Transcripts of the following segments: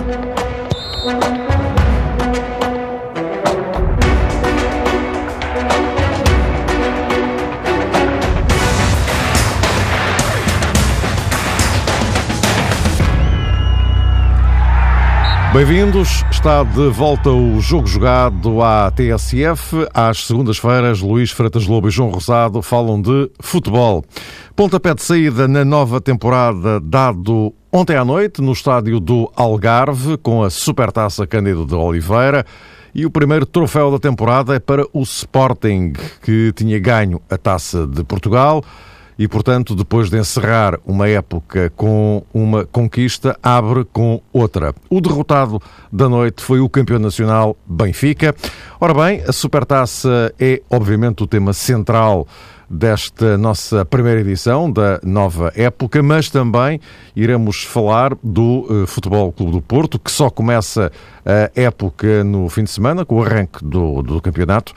Bem-vindos, está de volta o Jogo Jogado à TSF. Às segundas-feiras, Luís Freitas Lobo e João Rosado falam de futebol. Pontapé de saída na nova temporada dado ontem à noite no estádio do Algarve, com a Supertaça Cândido de Oliveira. E o primeiro troféu da temporada é para o Sporting, que tinha ganho a Taça de Portugal. E, portanto, depois de encerrar uma época com uma conquista, abre com outra. O derrotado da noite foi o campeão nacional Benfica. Ora bem, a Supertaça é, obviamente, o tema central desta nossa primeira edição da nova época, mas também iremos falar do Futebol Clube do Porto, que só começa a época no fim de semana, com o arranque do campeonato.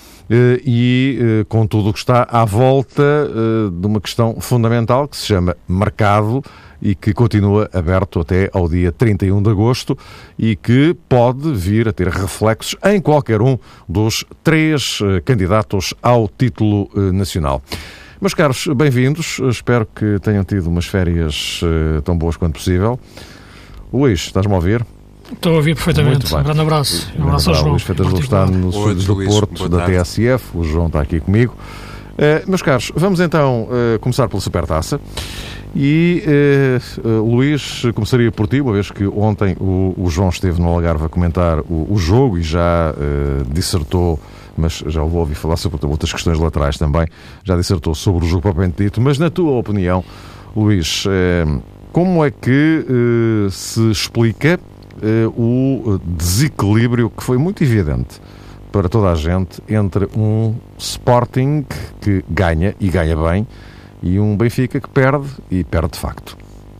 E com tudo o que está à volta de uma questão fundamental que se chama mercado e que continua aberto até ao dia 31 de agosto e que pode vir a ter reflexos em qualquer um dos 3 candidatos ao título nacional. Meus caros, bem-vindos. Espero que tenham tido umas férias tão boas quanto possível. Luís, estás-me a ouvir? Estou a ouvir perfeitamente. Um grande abraço. Um abraço ao João. Luís Freitas Lobo está nos estúdios do Porto, da TSF. O João está aqui comigo. Meus caros, vamos então começar pela Supertaça. E Luís, começaria por ti, uma vez que ontem o João esteve no Algarve a comentar o jogo e já dissertou, mas já o ouvi falar sobre outras questões laterais também, já dissertou sobre o jogo propriamente dito. Mas na tua opinião, Luís, como é que se explica o desequilíbrio que foi muito evidente para toda a gente entre um Sporting que ganha, e ganha bem, e um Benfica que perde, e perde de facto?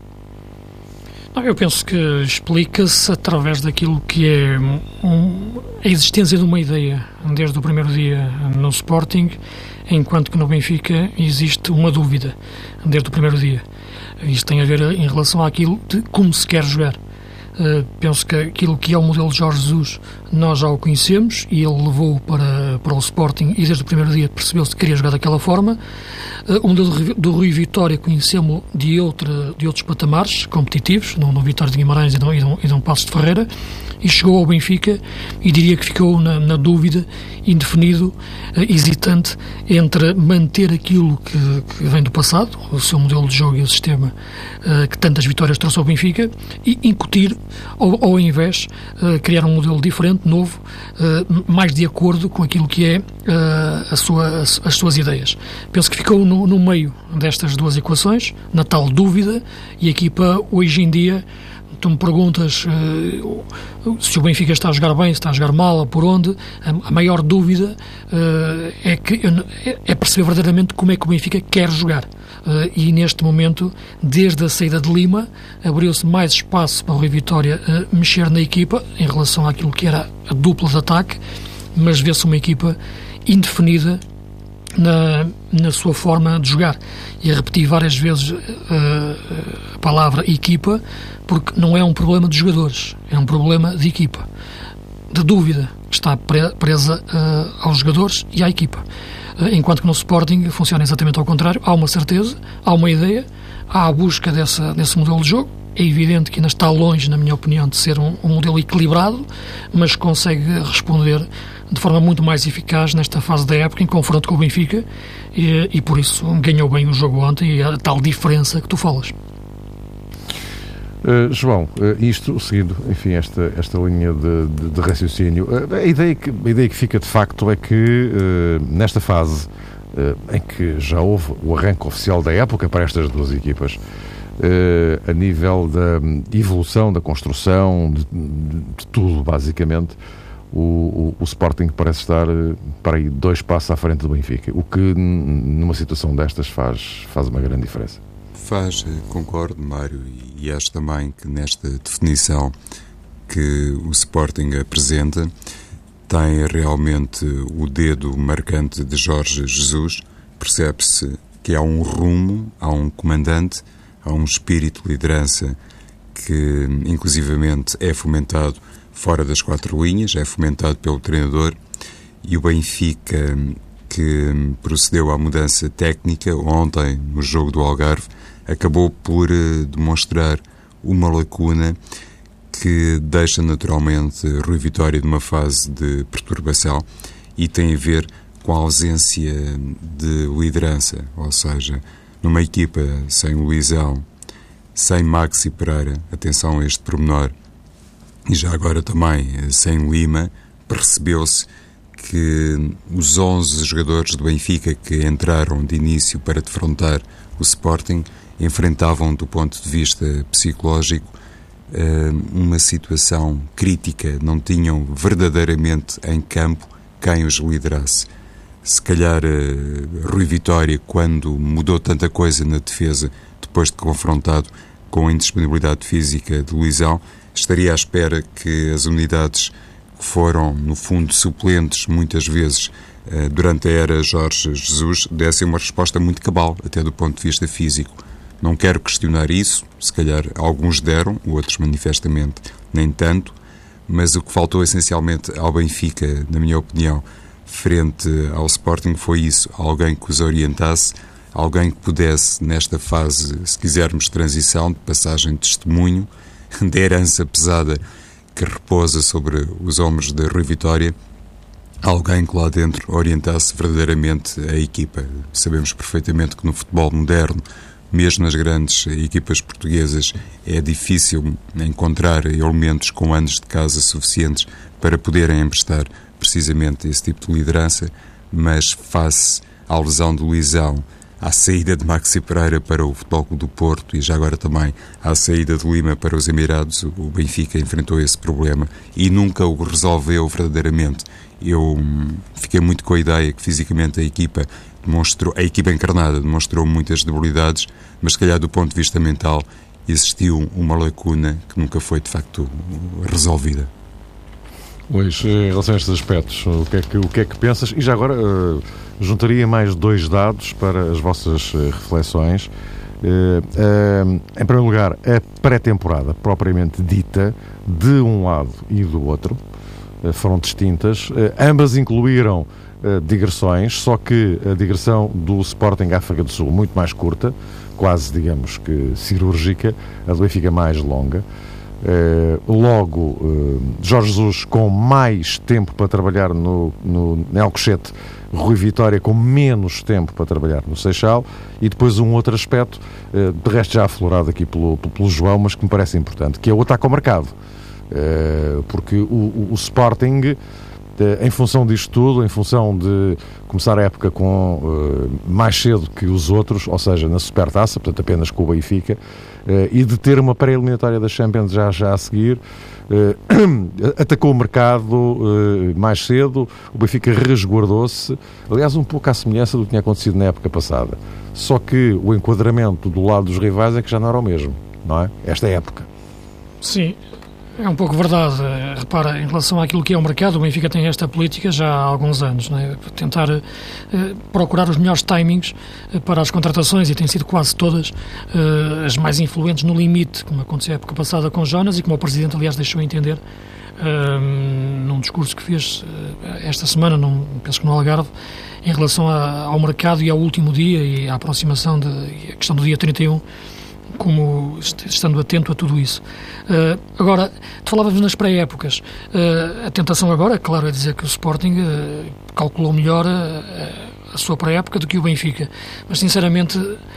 Eu penso que explica-se através daquilo que é a existência de uma ideia desde o primeiro dia no Sporting, enquanto que no Benfica existe uma dúvida desde o primeiro dia. Isto tem a ver em relação àquilo de como se quer jogar. Penso que aquilo que é o modelo de Jorge Jesus nós já o conhecemos e ele levou para o Sporting e desde o primeiro dia percebeu-se que queria jogar daquela forma. O modelo do Rui Vitória conhecemos de outros patamares competitivos, no Vitória de Guimarães e no Passos de Ferreira, e chegou ao Benfica e diria que ficou na dúvida, indefinido, hesitante entre manter aquilo que vem do passado, o seu modelo de jogo e o sistema que tantas vitórias trouxe ao Benfica, e incutir, ou ao invés, criar um modelo diferente, novo, mais de acordo com aquilo que é as suas ideias. Penso que ficou no meio destas duas equações, na tal dúvida, e a equipa hoje em dia, tu me perguntas se o Benfica está a jogar bem, se está a jogar mal, ou por onde. A maior dúvida é perceber verdadeiramente como é que o Benfica quer jogar. E neste momento, desde a saída de Lima, abriu-se mais espaço para o Rui Vitória mexer na equipa em relação àquilo que era a dupla de ataque, mas vê-se uma equipa indefinida na sua forma de jogar. E a repetir várias vezes a palavra equipa, porque não é um problema de jogadores, é um problema de equipa, de dúvida que está presa aos jogadores e à equipa. Enquanto que no Sporting funciona exatamente ao contrário. Há uma certeza, há uma ideia, há a busca desse modelo de jogo. É evidente que ainda está longe, na minha opinião, de ser um modelo equilibrado, mas consegue responder de forma muito mais eficaz nesta fase da época, em confronto com o Benfica, e por isso ganhou bem o jogo ontem, e a tal diferença que tu falas. João, isto seguindo, enfim, esta linha de raciocínio, a ideia que fica de facto é que nesta fase em que já houve o arranque oficial da época para estas duas equipas, a nível da evolução, da construção, de tudo, basicamente, o Sporting parece estar para aí 2 passos à frente do Benfica, o que numa situação destas faz uma grande diferença. Faz, concordo, Mário, e acho também que nesta definição que o Sporting apresenta tem realmente o dedo marcante de Jorge Jesus. Percebe-se que há um rumo, há um comandante, há um espírito de liderança que inclusivamente é fomentado fora das quatro linhas, é fomentado pelo treinador, e o Benfica, que procedeu à mudança técnica ontem no jogo do Algarve, acabou por demonstrar uma lacuna que deixa naturalmente Rui Vitória numa fase de perturbação e tem a ver com a ausência de liderança, ou seja, numa equipa sem Luizão, sem Maxi Pereira, atenção a este pormenor, e já agora também sem Lima, percebeu-se que os 11 jogadores do Benfica que entraram de início para defrontar o Sporting enfrentavam, do ponto de vista psicológico, uma situação crítica, não tinham verdadeiramente em campo quem os liderasse. Se calhar Rui Vitória, quando mudou tanta coisa na defesa, depois de confrontado com a indisponibilidade física de Luizão, estaria à espera que as unidades que foram, no fundo, suplentes muitas vezes durante a era Jorge Jesus, dessem uma resposta muito cabal, até do ponto de vista físico. Não quero questionar isso, se calhar alguns deram, outros manifestamente nem tanto, mas o que faltou essencialmente ao Benfica, na minha opinião, frente ao Sporting, foi isso: alguém que os orientasse, alguém que pudesse, nesta fase, se quisermos, transição, de passagem de testemunho, da herança pesada que repousa sobre os ombros de Rui Vitória, alguém que lá dentro orientasse verdadeiramente a equipa. Sabemos perfeitamente que no futebol moderno, mesmo nas grandes equipas portuguesas, é difícil encontrar elementos com anos de casa suficientes para poderem emprestar precisamente esse tipo de liderança, mas face à lesão de Luizão, à saída de Maxi Pereira para o Futebol Clube do Porto e já agora também à saída de Lima para os Emirados, o Benfica enfrentou esse problema e nunca o resolveu verdadeiramente. Eu fiquei muito com a ideia que fisicamente a equipa encarnada demonstrou muitas debilidades, mas se calhar do ponto de vista mental existiu uma lacuna que nunca foi de facto resolvida. Luís, em relação a estes aspectos, o que é que pensas? E já agora juntaria mais 2 dados para as vossas reflexões. Em primeiro lugar, a pré-temporada propriamente dita, de um lado e do outro, foram distintas. Ambas incluíram digressões, só que a digressão do Sporting África do Sul muito mais curta, quase, digamos que cirúrgica, a do Benfica mais longa. Jorge Jesus com mais tempo para trabalhar no Alcochete, Rui Vitória com menos tempo para trabalhar no Seixal, e depois um outro aspecto, de resto já aflorado aqui pelo João, mas que me parece importante, que é o ataque ao mercado, porque o Sporting, em função disto tudo, em função de começar a época com mais cedo que os outros, ou seja, na Supertaça, portanto apenas com o Benfica, e de ter uma pré-eliminatória da Champions já a seguir, atacou o mercado mais cedo, o Benfica resguardou-se, aliás um pouco à semelhança do que tinha acontecido na época passada, só que o enquadramento do lado dos rivais é que já não era o mesmo, não é? Esta época. Sim, é um pouco verdade. Repara, em relação àquilo que é o mercado, o Benfica tem esta política já há alguns anos, não é? Tentar procurar os melhores timings para as contratações, e tem sido quase todas as mais influentes no limite, como aconteceu a época passada com Jonas e como o Presidente, aliás, deixou entender num discurso que fez esta semana, penso que no Algarve, em relação ao mercado e ao último dia e à aproximação a questão do dia 31, como estando atento a tudo isso. Agora, tu falavas nas pré-épocas. A tentação agora, claro, é dizer que o Sporting calculou melhor a sua pré-época do que o Benfica. Mas, sinceramente,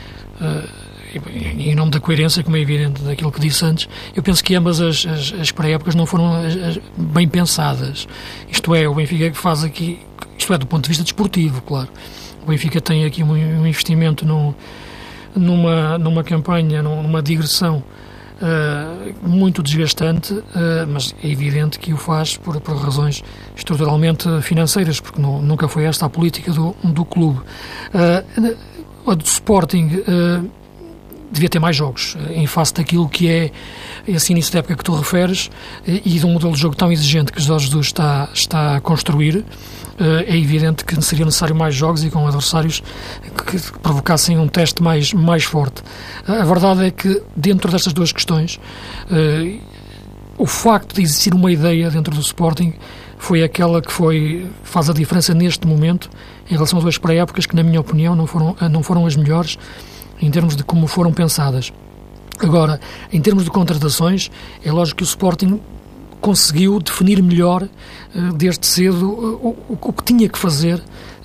em nome da coerência, como é evidente daquilo que disse antes, eu penso que ambas as pré-épocas não foram bem pensadas. Isto é, o Benfica que faz aqui, isto é, do ponto de vista desportivo, claro. O Benfica tem aqui um investimento numa campanha, numa digressão muito desgastante, mas é evidente que o faz por razões estruturalmente financeiras, porque nunca foi esta a política do clube. A do Sporting devia ter mais jogos, em face daquilo que é esse início da época que tu referes e de um modelo de jogo tão exigente que Jorge Jesus está a construir. É evidente que seria necessário mais jogos e com adversários que provocassem um teste mais forte. A verdade é que, dentro destas duas questões, o facto de existir uma ideia dentro do Sporting foi aquela que faz a diferença neste momento em relação a duas pré-épocas que, na minha opinião, não foram as melhores em termos de como foram pensadas. Agora, em termos de contratações, é lógico que o Sporting conseguiu definir melhor desde cedo o que tinha que fazer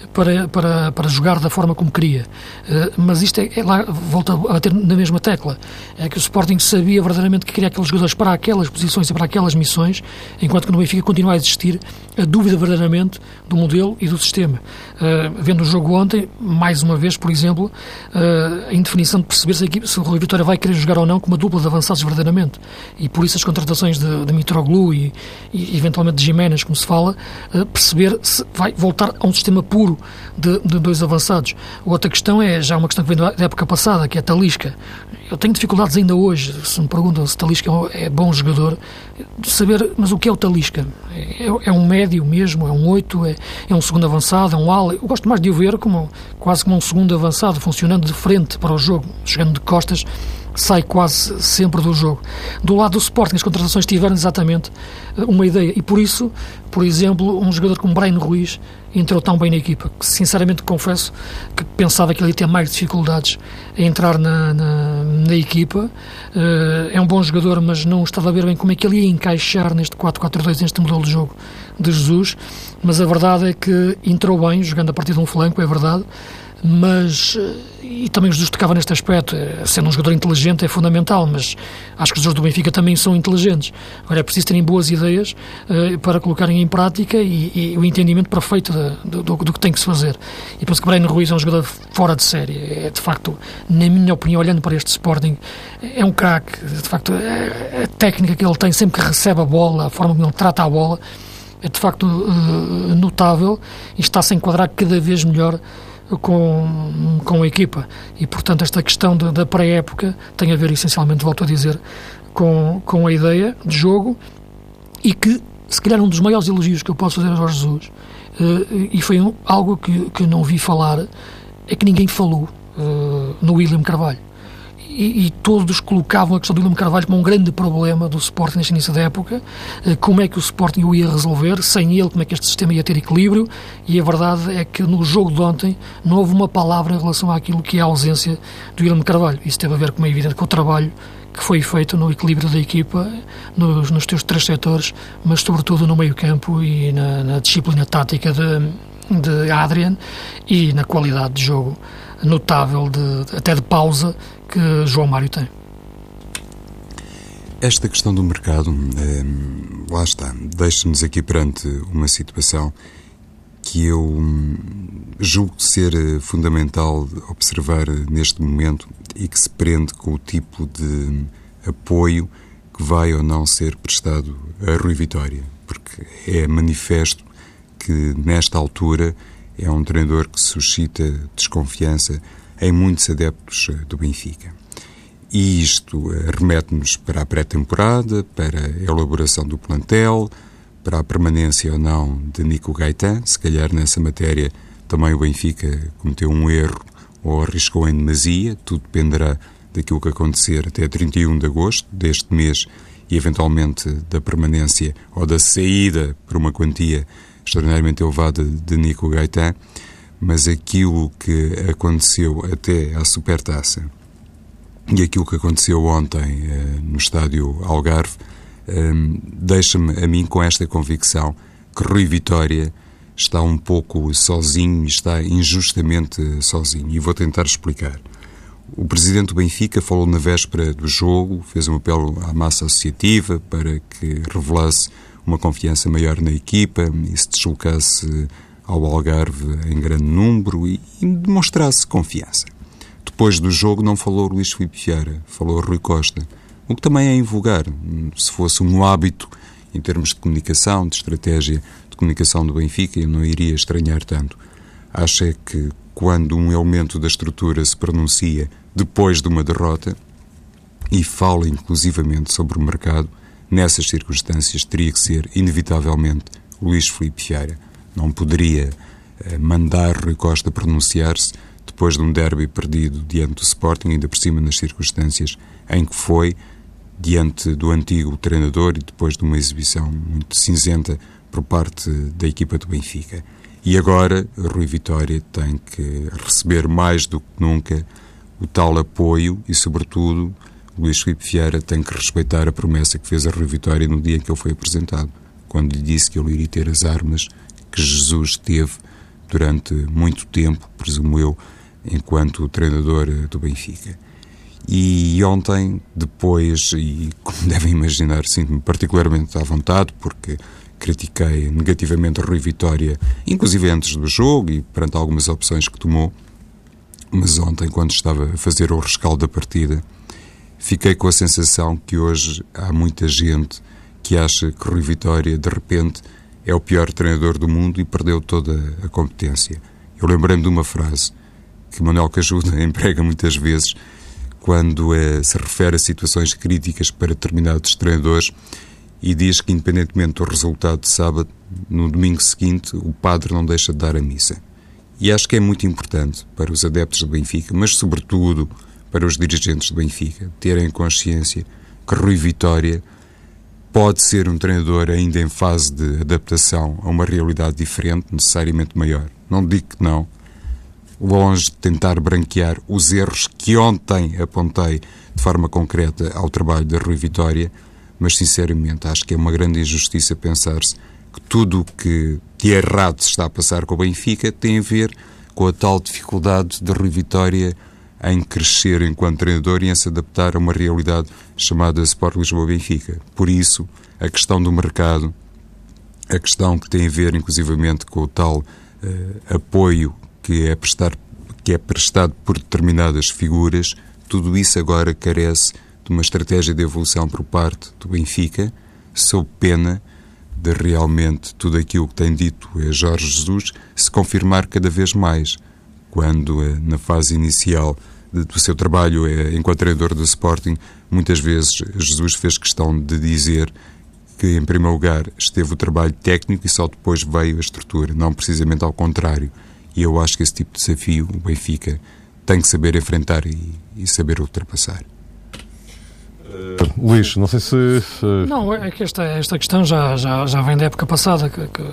para jogar da forma como queria. Mas isto lá volta a bater na mesma tecla. É que o Sporting sabia verdadeiramente que queria aqueles jogadores para aquelas posições e para aquelas missões, enquanto que no Benfica continua a existir a dúvida verdadeiramente do modelo e do sistema. Vendo o jogo ontem, mais uma vez, por exemplo, a indefinição de perceber se o Rui Vitória vai querer jogar ou não com uma dupla de avançados verdadeiramente. E por isso as contratações de Mitroglou e eventualmente de Giménez, como se fala, perceber se vai voltar a um sistema puro de dois avançados. Outra questão é já uma questão que vem da época passada, que é Talisca. Eu tenho dificuldades ainda hoje, se me perguntam se Talisca é bom jogador, de saber, mas o que é o Talisca? É um médio mesmo? É um 8? É um segundo avançado? É um ala? Eu gosto mais de o ver quase como um segundo avançado, funcionando de frente para o jogo, jogando de costas, sai quase sempre do jogo. Do lado do Sporting, as contratações tiveram exatamente uma ideia, e por isso, por exemplo, um jogador como Bryan Ruiz entrou tão bem na equipa, que sinceramente confesso que pensava que ele ia ter mais dificuldades a entrar na equipa. É um bom jogador, mas não estava a ver bem como é que ele ia encaixar neste 4-4-2, neste modelo de jogo de Jesus, mas a verdade é que entrou bem, jogando a partir de um flanco, é verdade, mas, e também Jesus tocava neste aspecto, sendo um jogador inteligente é fundamental, mas acho que os jogadores do Benfica também são inteligentes. Agora é preciso terem boas ideias para colocarem em prática e o entendimento perfeito do que tem que se fazer. E penso que Bryan Ruiz é um jogador fora de série, é de facto, na minha opinião, olhando para este Sporting, é um craque, de facto, a técnica que ele tem sempre que recebe a bola, a forma como ele trata a bola, é de facto notável e está-se a enquadrar cada vez melhor com a equipa, e portanto esta questão da pré-época tem a ver essencialmente, volto a dizer, com a ideia de jogo, e que se calhar um dos maiores elogios que eu posso fazer a Jorge Jesus, e foi algo que não vi falar, é que ninguém falou no William Carvalho, e todos colocavam a questão do William Carvalho como um grande problema do Sporting neste início da época, como é que o Sporting o ia resolver, sem ele, como é que este sistema ia ter equilíbrio, e a verdade é que no jogo de ontem não houve uma palavra em relação àquilo que é a ausência do William Carvalho. Isso teve a ver, como é evidente, com o trabalho que foi feito no equilíbrio da equipa, nos teus três setores, mas sobretudo no meio-campo e na disciplina tática de Adrian, e na qualidade de jogo notável, até de pausa, que João Mário tem. Esta questão do mercado, lá está, deixa-nos aqui perante uma situação que eu julgo ser fundamental observar neste momento e que se prende com o tipo de apoio que vai ou não ser prestado a Rui Vitória, porque é manifesto que nesta altura é um treinador que suscita desconfiança em muitos adeptos do Benfica. E isto remete-nos para a pré-temporada, para a elaboração do plantel, para a permanência ou não de Nico Gaetan. Se calhar nessa matéria também o Benfica cometeu um erro ou arriscou em demasia. Tudo dependerá daquilo que acontecer até 31 de agosto deste mês e eventualmente da permanência ou da saída por uma quantia extraordinariamente elevada de Nico Gaetan. Mas aquilo que aconteceu até à Supertaça e aquilo que aconteceu ontem no estádio Algarve deixa-me a mim com esta convicção que Rui Vitória está um pouco sozinho e está injustamente sozinho. E vou tentar explicar. O presidente do Benfica falou na véspera do jogo, fez um apelo à massa associativa para que revelasse uma confiança maior na equipa e se deslocasse ao Algarve em grande número e demonstrasse confiança. Depois do jogo não falou Luís Filipe Vieira, falou Rui Costa, o que também é invulgar. Se fosse um hábito em termos de comunicação, de estratégia de comunicação do Benfica, eu não iria estranhar tanto. Acho é que quando um elemento da estrutura se pronuncia depois de uma derrota e fala inclusivamente sobre o mercado, nessas circunstâncias teria que ser, inevitavelmente, Luís Filipe Vieira. Não poderia mandar Rui Costa pronunciar-se depois de um derby perdido diante do Sporting, ainda por cima nas circunstâncias em que foi, diante do antigo treinador e depois de uma exibição muito cinzenta por parte da equipa do Benfica. E agora, Rui Vitória tem que receber mais do que nunca o tal apoio e, sobretudo, Luís Filipe Vieira tem que respeitar a promessa que fez a Rui Vitória no dia em que ele foi apresentado, quando lhe disse que ele iria ter as armas que Jesus teve durante muito tempo, presumo eu, enquanto treinador do Benfica. E ontem, depois, e como devem imaginar, sinto-me particularmente à vontade, porque critiquei negativamente a Rui Vitória, inclusive antes do jogo e perante algumas opções que tomou, mas ontem, quando estava a fazer o rescaldo da partida, fiquei com a sensação que hoje há muita gente que acha que Rui Vitória, de repente, é o pior treinador do mundo e perdeu toda a competência. Eu lembrei-me de uma frase que Manuel Cajuda emprega muitas vezes quando se refere a situações críticas para determinados treinadores e diz que, independentemente do resultado de sábado, no domingo seguinte o padre não deixa de dar a missa. E acho que é muito importante para os adeptos do Benfica, mas sobretudo para os dirigentes do Benfica, terem consciência que Rui Vitória pode ser um treinador ainda em fase de adaptação a uma realidade diferente, necessariamente maior. Não digo que não, longe de tentar branquear os erros que ontem apontei de forma concreta ao trabalho da Rui Vitória, mas sinceramente acho que é uma grande injustiça pensar-se que tudo o que de errado se está a passar com o Benfica tem a ver com a tal dificuldade de Rui Vitória em crescer enquanto treinador e em se adaptar a uma realidade chamada Sport Lisboa-Benfica. Por isso, a questão do mercado, a questão que tem a ver inclusivamente com o tal apoio que é prestado por determinadas figuras, tudo isso agora carece de uma estratégia de evolução por parte do Benfica, sob pena de realmente tudo aquilo que tem dito Jorge Jesus se confirmar cada vez mais, quando na fase inicial do seu trabalho enquanto treinador do Sporting, muitas vezes Jesus fez questão de dizer que, em primeiro lugar, esteve o trabalho técnico e só depois veio a estrutura, não precisamente ao contrário. E eu acho que esse tipo de desafio o Benfica tem que saber enfrentar e saber ultrapassar. Luís, não sei se... Não, é que esta questão já vem da época passada,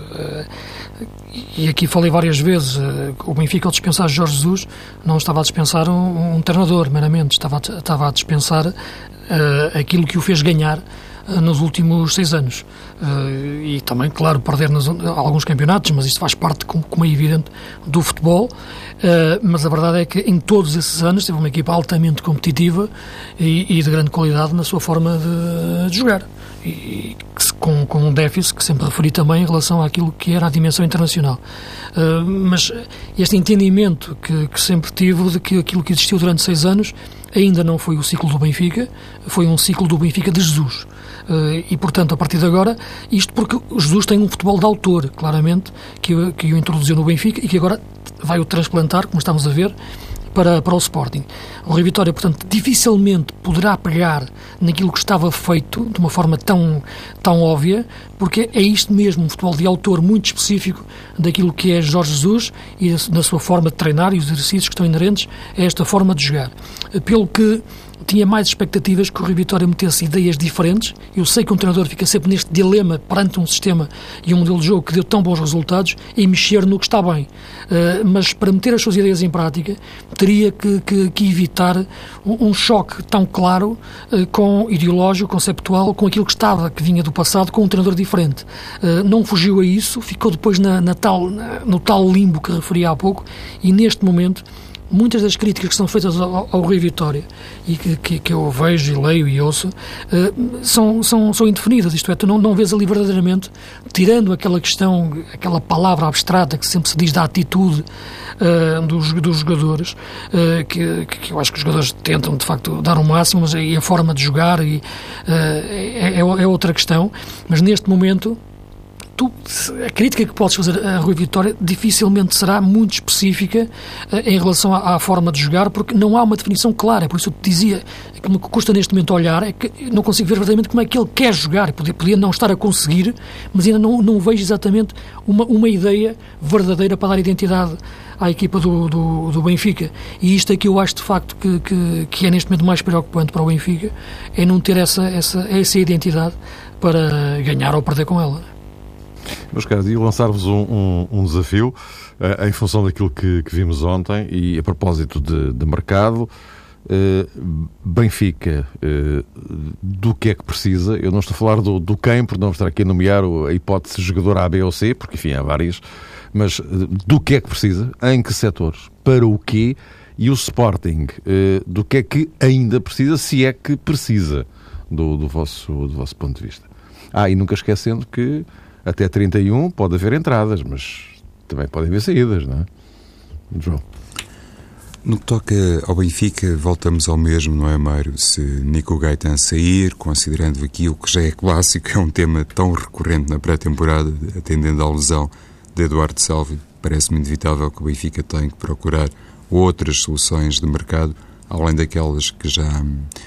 e aqui falei várias vezes, o Benfica, ao dispensar Jorge Jesus, não estava a dispensar um treinador, meramente, estava a dispensar aquilo que o fez ganhar nos últimos 6 anos. E também, claro, perder alguns campeonatos, mas isto faz parte, como é evidente, do futebol. Mas a verdade é que em todos esses anos teve uma equipa altamente competitiva e de grande qualidade na sua forma de jogar. E com um déficit que sempre referi também em relação àquilo que era a dimensão internacional. Mas este entendimento que sempre tive de que aquilo que existiu durante 6 anos ainda não foi o ciclo do Benfica, foi um ciclo do Benfica de Jesus. E, portanto, a partir de agora, isto porque o Jesus tem um futebol de autor, claramente, que o introduziu no Benfica e que agora vai o transplantar, como estamos a ver, para o Sporting. O Rui Vitória, portanto, dificilmente poderá pegar naquilo que estava feito de uma forma tão óbvia, porque é isto mesmo, um futebol de autor muito específico daquilo que é Jorge Jesus e na sua forma de treinar e os exercícios que estão inerentes a esta forma de jogar. Pelo que tinha mais expectativas que o Rui Vitória metesse ideias diferentes. Eu sei que um treinador fica sempre neste dilema perante um sistema e um modelo de jogo que deu tão bons resultados e mexer no que está bem. Mas para meter as suas ideias em prática teria que evitar um choque tão claro ideológico, conceptual, com aquilo que vinha do passado, com um treinador diferente. Não fugiu a isso, ficou depois no tal limbo que referi há pouco, e neste momento muitas das críticas que são feitas ao Rui Vitória e que eu vejo e leio e ouço são indefinidas, isto é, tu não vês ali verdadeiramente, tirando aquela questão, aquela palavra abstrata que sempre se diz da atitude dos jogadores, que eu acho que os jogadores tentam de facto dar o máximo, mas aí a forma de jogar é outra questão, mas neste momento a crítica que podes fazer a Rui Vitória dificilmente será muito específica em relação à forma de jogar, porque não há uma definição clara. Por isso eu te dizia, que me custa neste momento olhar, é que não consigo ver verdadeiramente como é que ele quer jogar. Podia não estar a conseguir, mas ainda não vejo exatamente uma ideia verdadeira para dar identidade à equipa do Benfica. E isto é que eu acho de facto que é neste momento mais preocupante para o Benfica, é não ter essa identidade para ganhar ou perder com ela. Meus caros, e lançar-vos um desafio em função daquilo que vimos ontem e a propósito de mercado. Benfica, do que é que precisa? Eu não estou a falar do quem, porque não estar aqui a nomear a hipótese de jogador A, B ou C, porque enfim há várias, mas do que é que precisa, em que setores, para o quê, e o Sporting, do que é que ainda precisa, se é que precisa, do vosso ponto de vista. E nunca esquecendo que até 31 pode haver entradas, mas também podem haver saídas, não é? João. No que toca ao Benfica, voltamos ao mesmo, não é, Mário? Se Nico Gaetan sair, considerando aquilo que já é clássico, é um tema tão recorrente na pré-temporada, atendendo à lesão de Eduardo Salvio, parece-me inevitável que o Benfica tenha que procurar outras soluções de mercado, além daquelas que já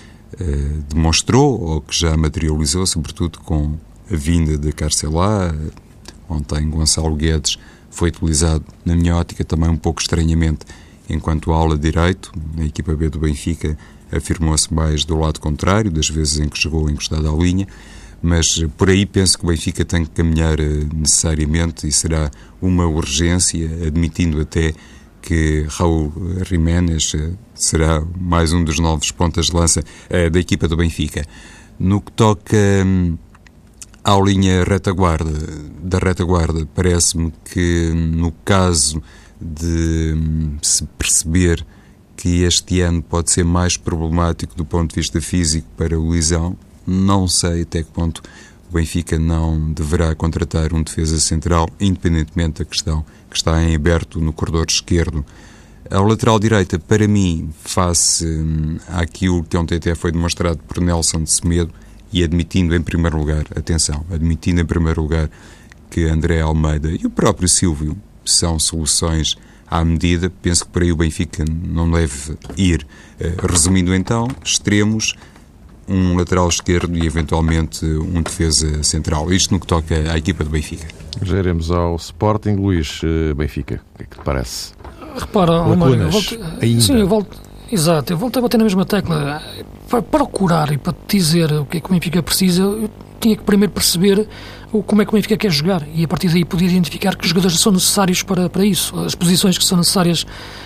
demonstrou ou que já materializou, sobretudo com a vinda de Carcelá. Ontem Gonçalo Guedes foi utilizado, na minha ótica, também um pouco estranhamente, enquanto ala direito. Na equipa B do Benfica afirmou-se mais do lado contrário, das vezes em que jogou encostado à linha, mas por aí penso que o Benfica tem que caminhar necessariamente, e será uma urgência, admitindo até que Raul Jiménez será mais um dos novos pontas de lança da equipa do Benfica. No que toca à linha da retaguarda, parece-me que no caso de se perceber que este ano pode ser mais problemático do ponto de vista físico para o Luizão, não sei até que ponto o Benfica não deverá contratar um defesa central, independentemente da questão que está em aberto no corredor esquerdo. A lateral direita, para mim, face àquilo que ontem até foi demonstrado por Nelson de Semedo, e admitindo em primeiro lugar que André Almeida e o próprio Silvio são soluções à medida, penso que por aí o Benfica não deve ir. Resumindo então, extremos, um lateral esquerdo e eventualmente um defesa central. Isto no que toca à equipa do Benfica. Já iremos ao Sporting. Luís, Benfica, o que é que te parece? Repara, eu volto a bater na mesma tecla. Para procurar e para te dizer o que é que o Benfica precisa, eu tinha que primeiro perceber como é que o Benfica quer jogar, e a partir daí podia identificar que jogadores são necessários para isso, as posições que são necessárias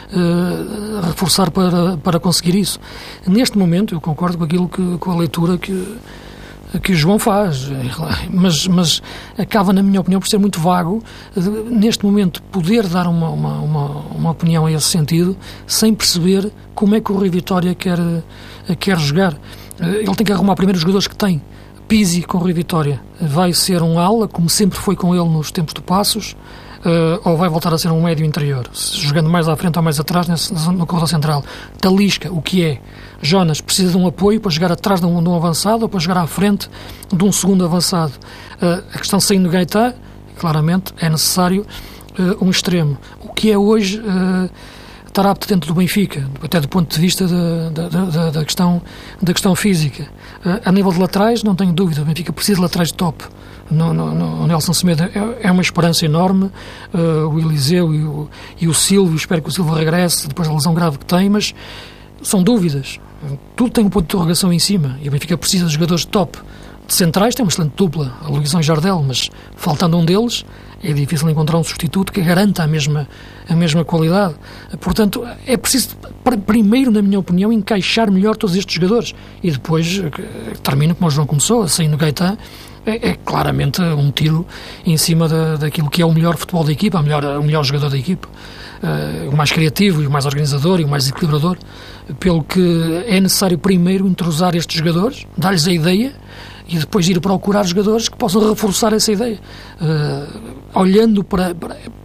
reforçar para conseguir isso. Neste momento eu concordo com a leitura que o João faz, mas acaba, na minha opinião, por ser muito vago neste momento poder dar uma opinião a esse sentido, sem perceber como é que o Rui Vitória quer jogar. Ele tem que arrumar primeiro os jogadores que tem. Pizzi com o Rui Vitória vai ser um ala, como sempre foi com ele nos tempos de Passos, ou vai voltar a ser um médio interior, jogando mais à frente ou mais atrás no corredor central. Talisca, o que é? Jonas precisa de um apoio para jogar atrás de um avançado ou para jogar à frente de um segundo avançado. A questão saindo do Gaetan, claramente é necessário um extremo. O que é hoje estar apto dentro do Benfica, até do ponto de vista da questão física. A nível de laterais, não tenho dúvida, o Benfica precisa de laterais de top. O Nelson Semedo é uma esperança enorme, o Eliseu e o Silvio, espero que o Silvio regresse depois da lesão grave que tem, mas são dúvidas. Tudo tem um ponto de interrogação em cima, e o Benfica precisa de jogadores de top. De centrais tem uma excelente dupla, a Luizão e Jardel, mas faltando um deles, é difícil encontrar um substituto que garanta a mesma qualidade. Portanto, é preciso, primeiro, na minha opinião, encaixar melhor todos estes jogadores, e depois termino como o João começou, a sair no Gaetan. É claramente um tiro em cima daquilo que é o melhor futebol da equipa, o melhor jogador da equipa, o mais criativo e o mais organizador e o mais equilibrador, pelo que é necessário primeiro entrosar estes jogadores, dar-lhes a ideia e depois ir procurar jogadores que possam reforçar essa ideia, olhando para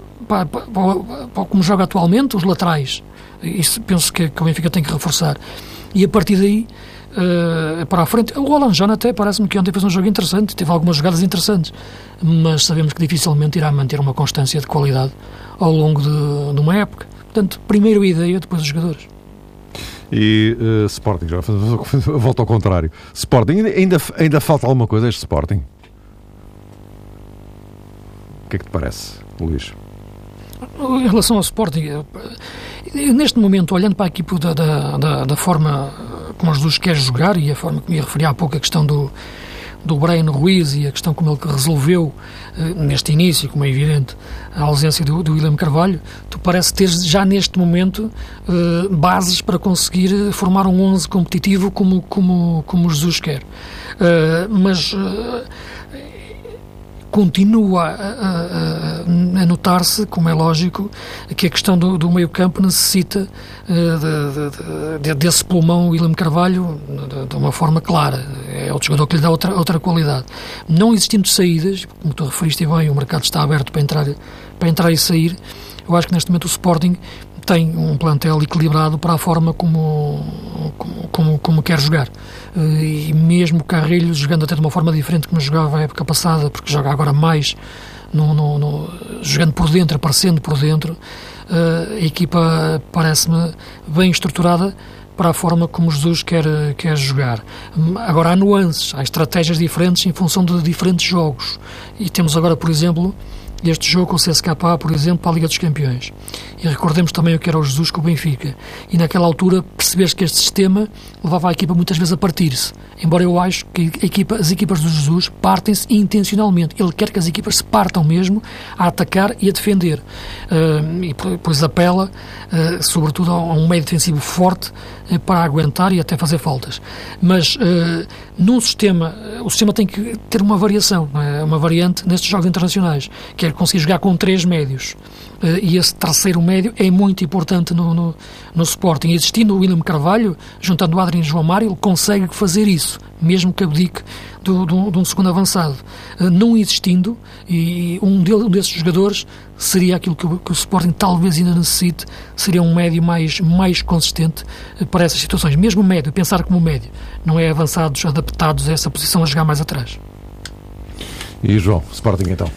como joga atualmente os laterais. Isso penso que o Benfica tem que reforçar, e a partir daí para a frente. O Alanjana até parece-me que ontem fez um jogo interessante, teve algumas jogadas interessantes, mas sabemos que dificilmente irá manter uma constância de qualidade ao longo de uma época. Portanto, primeiro a ideia, depois os jogadores. E Sporting, já volta ao contrário. Sporting, ainda falta alguma coisa a este Sporting? O que é que te parece, Luís? Em relação ao Sporting, neste momento, olhando para a equipe da forma como o Jesus quer jogar e a forma que me referi há pouco, a questão do Bryan Ruiz e a questão como ele resolveu neste início, como é evidente, a ausência do William Carvalho, tu parece ter já neste momento bases para conseguir formar um 11 competitivo como o Jesus quer. Mas continua a notar-se, como é lógico, que a questão do meio-campo necessita desse pulmão William Carvalho de uma forma clara. É outro jogador que lhe dá outra qualidade. Não existindo saídas, como tu referiste bem, o mercado está aberto para entrar e sair. Eu acho que neste momento o Sporting tem um plantel equilibrado para a forma como quer jogar. E mesmo Carrilho, jogando até de uma forma diferente como jogava a época passada, porque joga agora mais jogando por dentro, aparecendo por dentro, a equipa parece-me bem estruturada para a forma como Jesus quer jogar. Agora há nuances, há estratégias diferentes em função de diferentes jogos. E temos agora, por exemplo, este jogo com o CSKA, por exemplo, para a Liga dos Campeões. E recordemos também o que era o Jesus com o Benfica. E naquela altura percebes que este sistema levava a equipa muitas vezes a partir-se. Embora eu acho que as equipas do Jesus partem-se intencionalmente. Ele quer que as equipas se partam mesmo a atacar e a defender. E depois apela, sobretudo, a um meio defensivo forte para aguentar e até fazer faltas. Mas num sistema, o sistema tem que ter uma variação, uma variante nestes jogos internacionais, que é conseguir jogar com 3 médios. E esse terceiro médio é muito importante no Sporting. Existindo o William Carvalho, juntando o Adrien e o João Mário, ele consegue fazer isso, mesmo que abdique de um segundo avançado. Não existindo, e um desses jogadores seria aquilo que o Sporting talvez ainda necessite, seria um médio mais consistente para essas situações. Mesmo o médio, pensar como médio, não é avançados, adaptados a essa posição, a jogar mais atrás. E João, Sporting então?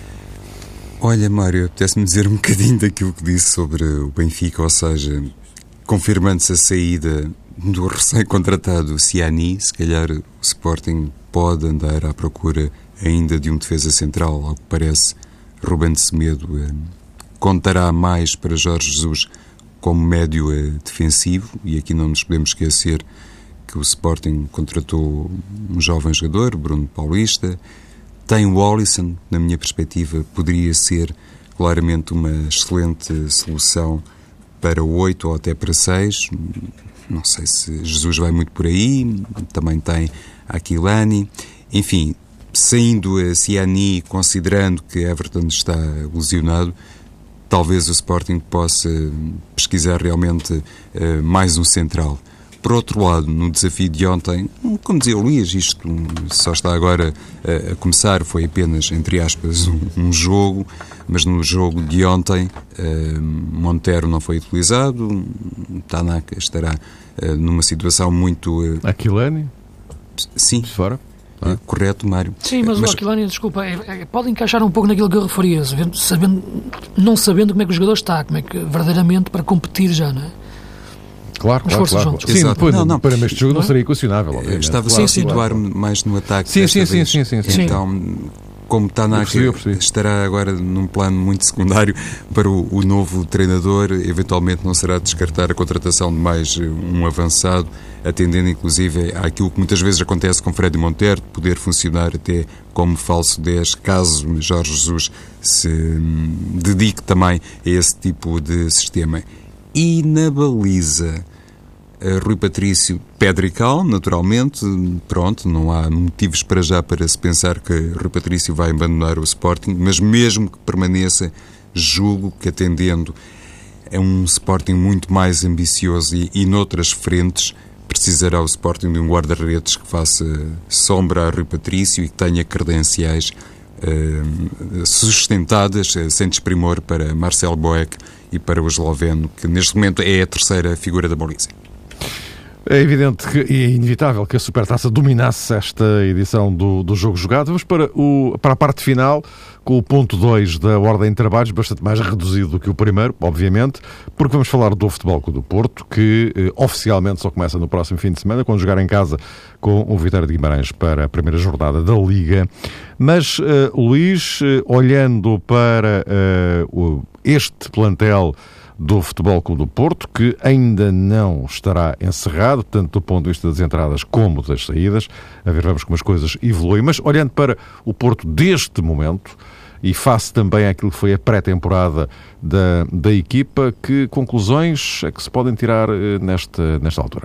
Olha, Mário, apetece-me dizer um bocadinho daquilo que disse sobre o Benfica, ou seja, confirmando-se a saída do recém-contratado Ciani, se calhar o Sporting pode andar à procura ainda de um defesa central, ao que parece. Ruben Semedo contará mais para Jorge Jesus como médio defensivo, e aqui não nos podemos esquecer que o Sporting contratou um jovem jogador, Bruno Paulista. Tem o Olisson, na minha perspectiva, poderia ser claramente uma excelente solução para 8 ou até para 6. Não sei se Jesus vai muito por aí. Também tem Aquilani. Enfim, saindo a Ciani, considerando que Everton está lesionado, talvez o Sporting possa pesquisar realmente mais um central. Por outro lado, no desafio de ontem, como dizia o Luís, isto só está agora a começar, foi apenas, entre aspas, um jogo, mas no jogo de ontem, Montero não foi utilizado, Tanaka estará numa situação muito... Aquilani? Sim. Fora? Correto, Mário. Sim, mas o Aquilani, desculpa, pode encaixar um pouco naquilo que eu referia, não sabendo como é que o jogador está, como é que verdadeiramente para competir já, não é? Claro. Sim, depois, para este jogo não seria equacionável. Obviamente. Estava a situar-me mais no ataque. Sim. Então, como Tanaka estará agora num plano muito secundário para o novo treinador, eventualmente não será descartar a contratação de mais um avançado, atendendo inclusive àquilo que muitas vezes acontece com Freddy Montero, de poder funcionar até como falso 10, caso Jorge Jesus se dedique também a esse tipo de sistema. E na baliza, Rui Patrício, Pedrical, naturalmente, pronto, não há motivos para já para se pensar que Rui Patrício vai abandonar o Sporting, mas mesmo que permaneça, julgo que atendendo a um Sporting muito mais ambicioso e noutras frentes, precisará o Sporting de um guarda-redes que faça sombra a Rui Patrício e que tenha credenciais sustentadas, sem desprimor, para Marcel Boeck e para o esloveno, que neste momento é a terceira figura da baliza. É evidente e é inevitável que a Supertaça dominasse esta edição do Jogo Jogado. Vamos para a parte final, com o ponto 2 da ordem de trabalhos, bastante mais reduzido do que o primeiro, obviamente, porque vamos falar do Futebol Clube do Porto, que oficialmente só começa no próximo fim de semana, quando jogar em casa com o Vitória de Guimarães para a primeira jornada da Liga. Mas, Luís, olhando para este plantel do Futebol Clube do Porto, que ainda não estará encerrado, tanto do ponto de vista das entradas como das saídas. A ver, vamos como as coisas evoluem. Mas olhando para o Porto deste momento, e face também àquilo que foi a pré-temporada da equipa, que conclusões é que se podem tirar nesta altura?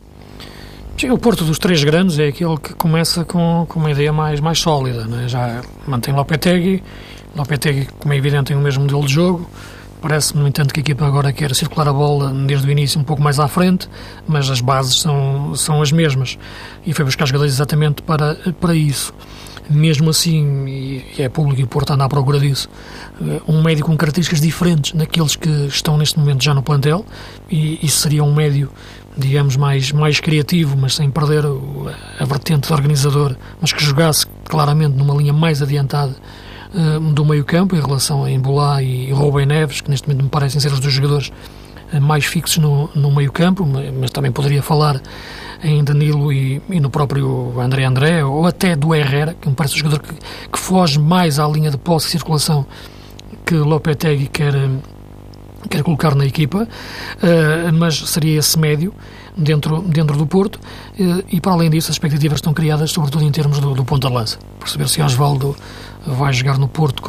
O Porto dos três grandes é aquele que começa com uma ideia mais sólida, né? Já mantém Lopetegui, como é evidente, tem o mesmo modelo de jogo. Parece-me, no entanto, que a equipa agora quer circular a bola desde o início um pouco mais à frente, mas as bases são as mesmas. E foi buscar jogadores exatamente para isso. Mesmo assim, e é público e o Porto anda à procura disso, um médio com características diferentes naqueles que estão neste momento já no plantel, e isso seria um médio, digamos, mais criativo, mas sem perder a vertente de organizador, mas que jogasse claramente numa linha mais adiantada do meio-campo, em relação a Embulá e Rubem Neves, que neste momento me parecem ser os dois jogadores mais fixos no meio-campo, mas também poderia falar em Danilo e no próprio André, ou até do Herrera, que me parece um jogador que foge mais à linha de posse e circulação que Lopetegui quer colocar na equipa, mas seria esse médio dentro do Porto, e para além disso as expectativas estão criadas sobretudo em termos do ponta-lança, perceber se Osvaldo vai jogar no Porto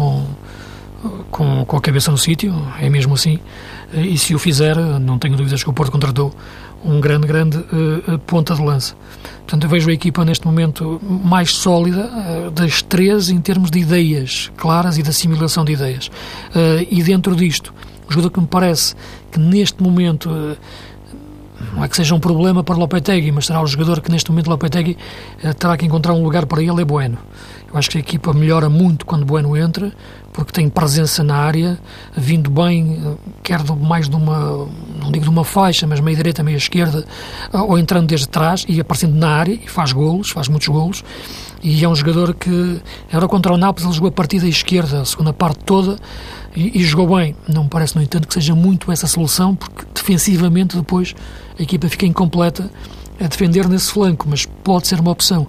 com a cabeça no sítio, é mesmo assim, e se o fizer, não tenho dúvidas que o Porto contratou um grande ponta de lança. Portanto, eu vejo a equipa neste momento mais sólida das três em termos de ideias claras e de assimilação de ideias, e dentro disto, o jogador que me parece que neste momento não é que seja um problema para Lopetegui, mas será o jogador que neste momento Lopetegui terá que encontrar um lugar para ele, é Bueno. Eu acho que a equipa melhora muito quando Bueno entra, porque tem presença na área, vindo bem, quer mais de uma, não digo de uma faixa, mas meia direita, meia esquerda, ou entrando desde trás e aparecendo na área, e faz muitos golos, e é um jogador que, era contra o Nápoles, ele jogou a partida esquerda, a segunda parte toda, e jogou bem. Não me parece, no entanto, que seja muito essa solução, porque defensivamente depois a equipa fica incompleta a defender nesse flanco, mas pode ser uma opção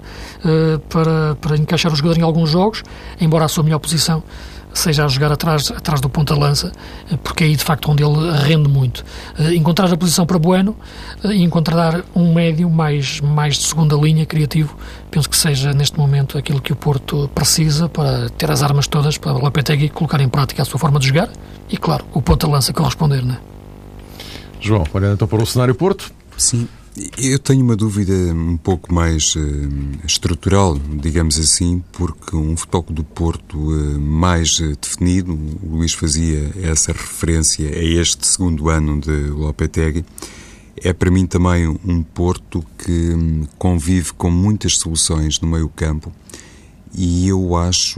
para encaixar o jogador em alguns jogos, embora a sua melhor posição seja a jogar atrás do ponta-lança, porque é aí de facto onde ele rende muito. Encontrar a posição para Bueno e encontrar um médio mais de segunda linha, criativo, penso que seja neste momento aquilo que o Porto precisa para ter as armas todas para o Lopetegui colocar em prática a sua forma de jogar e, claro, o ponta-lança corresponder, não é? João, olhando então para o cenário Porto. Sim. Eu tenho uma dúvida um pouco mais estrutural, digamos assim, porque um Futebol do Porto mais definido, o Luís fazia essa referência a este segundo ano de Lopetegui, é para mim também um Porto que convive com muitas soluções no meio-campo, e eu acho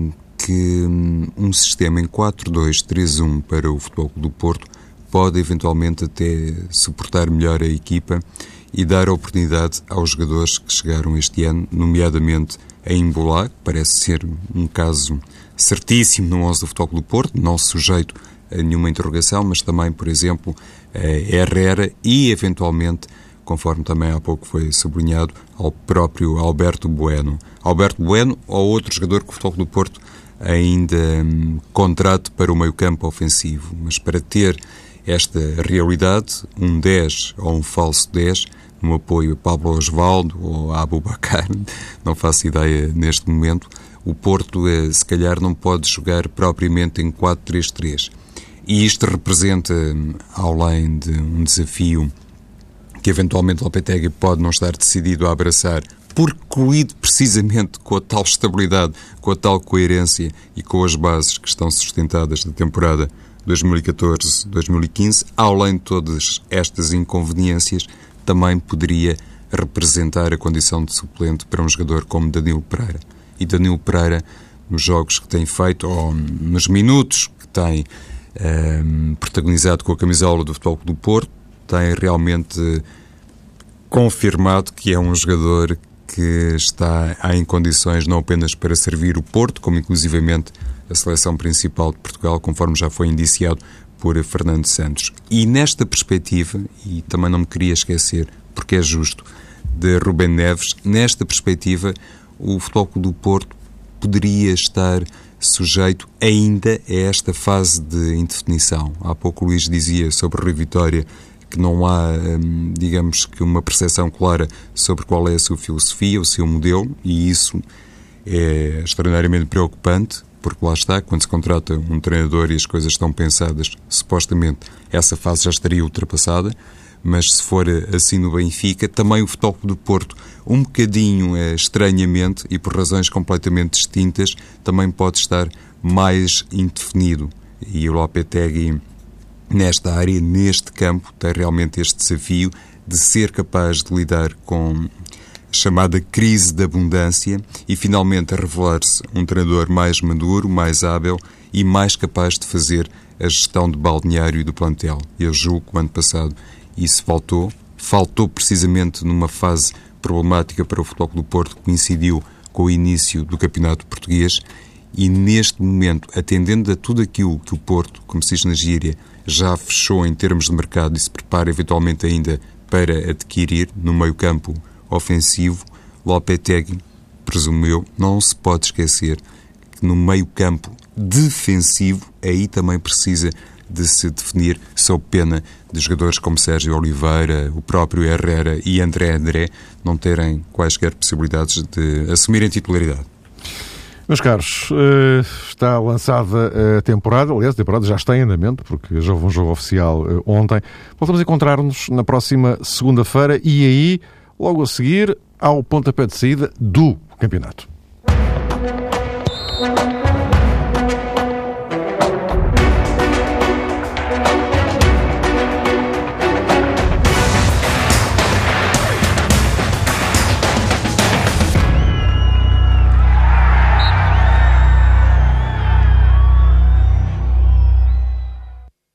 que um sistema em 4-2-3-1 para o Futebol do Porto pode eventualmente até suportar melhor a equipa e dar a oportunidade aos jogadores que chegaram este ano, nomeadamente a Embulá, que parece ser um caso certíssimo no 11 do Futebol do Porto, não sujeito a nenhuma interrogação, mas também, por exemplo, a Herrera e, eventualmente, conforme também há pouco foi sublinhado, ao próprio Alberto Bueno. Alberto Bueno ou outro jogador que o Futebol do Porto ainda contrate para o meio-campo ofensivo, mas para ter esta realidade, um 10 ou um falso 10, no apoio a Pablo Osvaldo ou a Aboubakar, não faço ideia neste momento, o Porto se calhar não pode jogar propriamente em 4-3-3. E isto representa, além de um desafio que eventualmente Lopetegui pode não estar decidido a abraçar, porque colido precisamente com a tal estabilidade, com a tal coerência e com as bases que estão sustentadas da temporada 2014-2015, além de todas estas inconveniências, também poderia representar a condição de suplente para um jogador como Danilo Pereira. E Danilo Pereira, nos jogos que tem feito, ou nos minutos que tem protagonizado com a camisola do Futebol do Porto, tem realmente confirmado que é um jogador que está em condições não apenas para servir o Porto, como inclusivamente a seleção principal de Portugal, conforme já foi indiciado por Fernando Santos. E nesta perspectiva, e também não me queria esquecer, porque é justo, de Rubem Neves, nesta perspectiva, o Futebol Clube do Porto poderia estar sujeito ainda a esta fase de indefinição. Há pouco o Luís dizia sobre o Rui Vitória que não há, digamos que, uma percepção clara sobre qual é a sua filosofia, o seu modelo, e isso é extraordinariamente preocupante, porque lá está, quando se contrata um treinador e as coisas estão pensadas, supostamente essa fase já estaria ultrapassada, mas se for assim no Benfica, também o Futebol Clube do Porto, um bocadinho estranhamente e por razões completamente distintas, também pode estar mais indefinido. E o Lopetegui, nesta área, neste campo, tem realmente este desafio de ser capaz de lidar com a chamada crise da abundância e finalmente a revelar-se um treinador mais maduro, mais hábil e mais capaz de fazer a gestão de balneário e do plantel. Eu julgo que o ano passado isso faltou precisamente numa fase problemática para o Futebol Clube do Porto, que coincidiu com o início do Campeonato Português, e neste momento, atendendo a tudo aquilo que o Porto, como se diz na gíria, já fechou em termos de mercado e se prepara eventualmente ainda para adquirir no meio-campo ofensivo, Lopetegui, presumo eu, não se pode esquecer que no meio-campo defensivo aí também precisa de se definir, sob pena de jogadores como Sérgio Oliveira, o próprio Herrera e André não terem quaisquer possibilidades de assumirem titularidade. Meus caros, está lançada a temporada, aliás, a temporada já está em andamento, porque já houve um jogo oficial ontem. Voltamos a encontrar-nos na próxima segunda-feira e aí, logo a seguir, ao pontapé de saída do campeonato.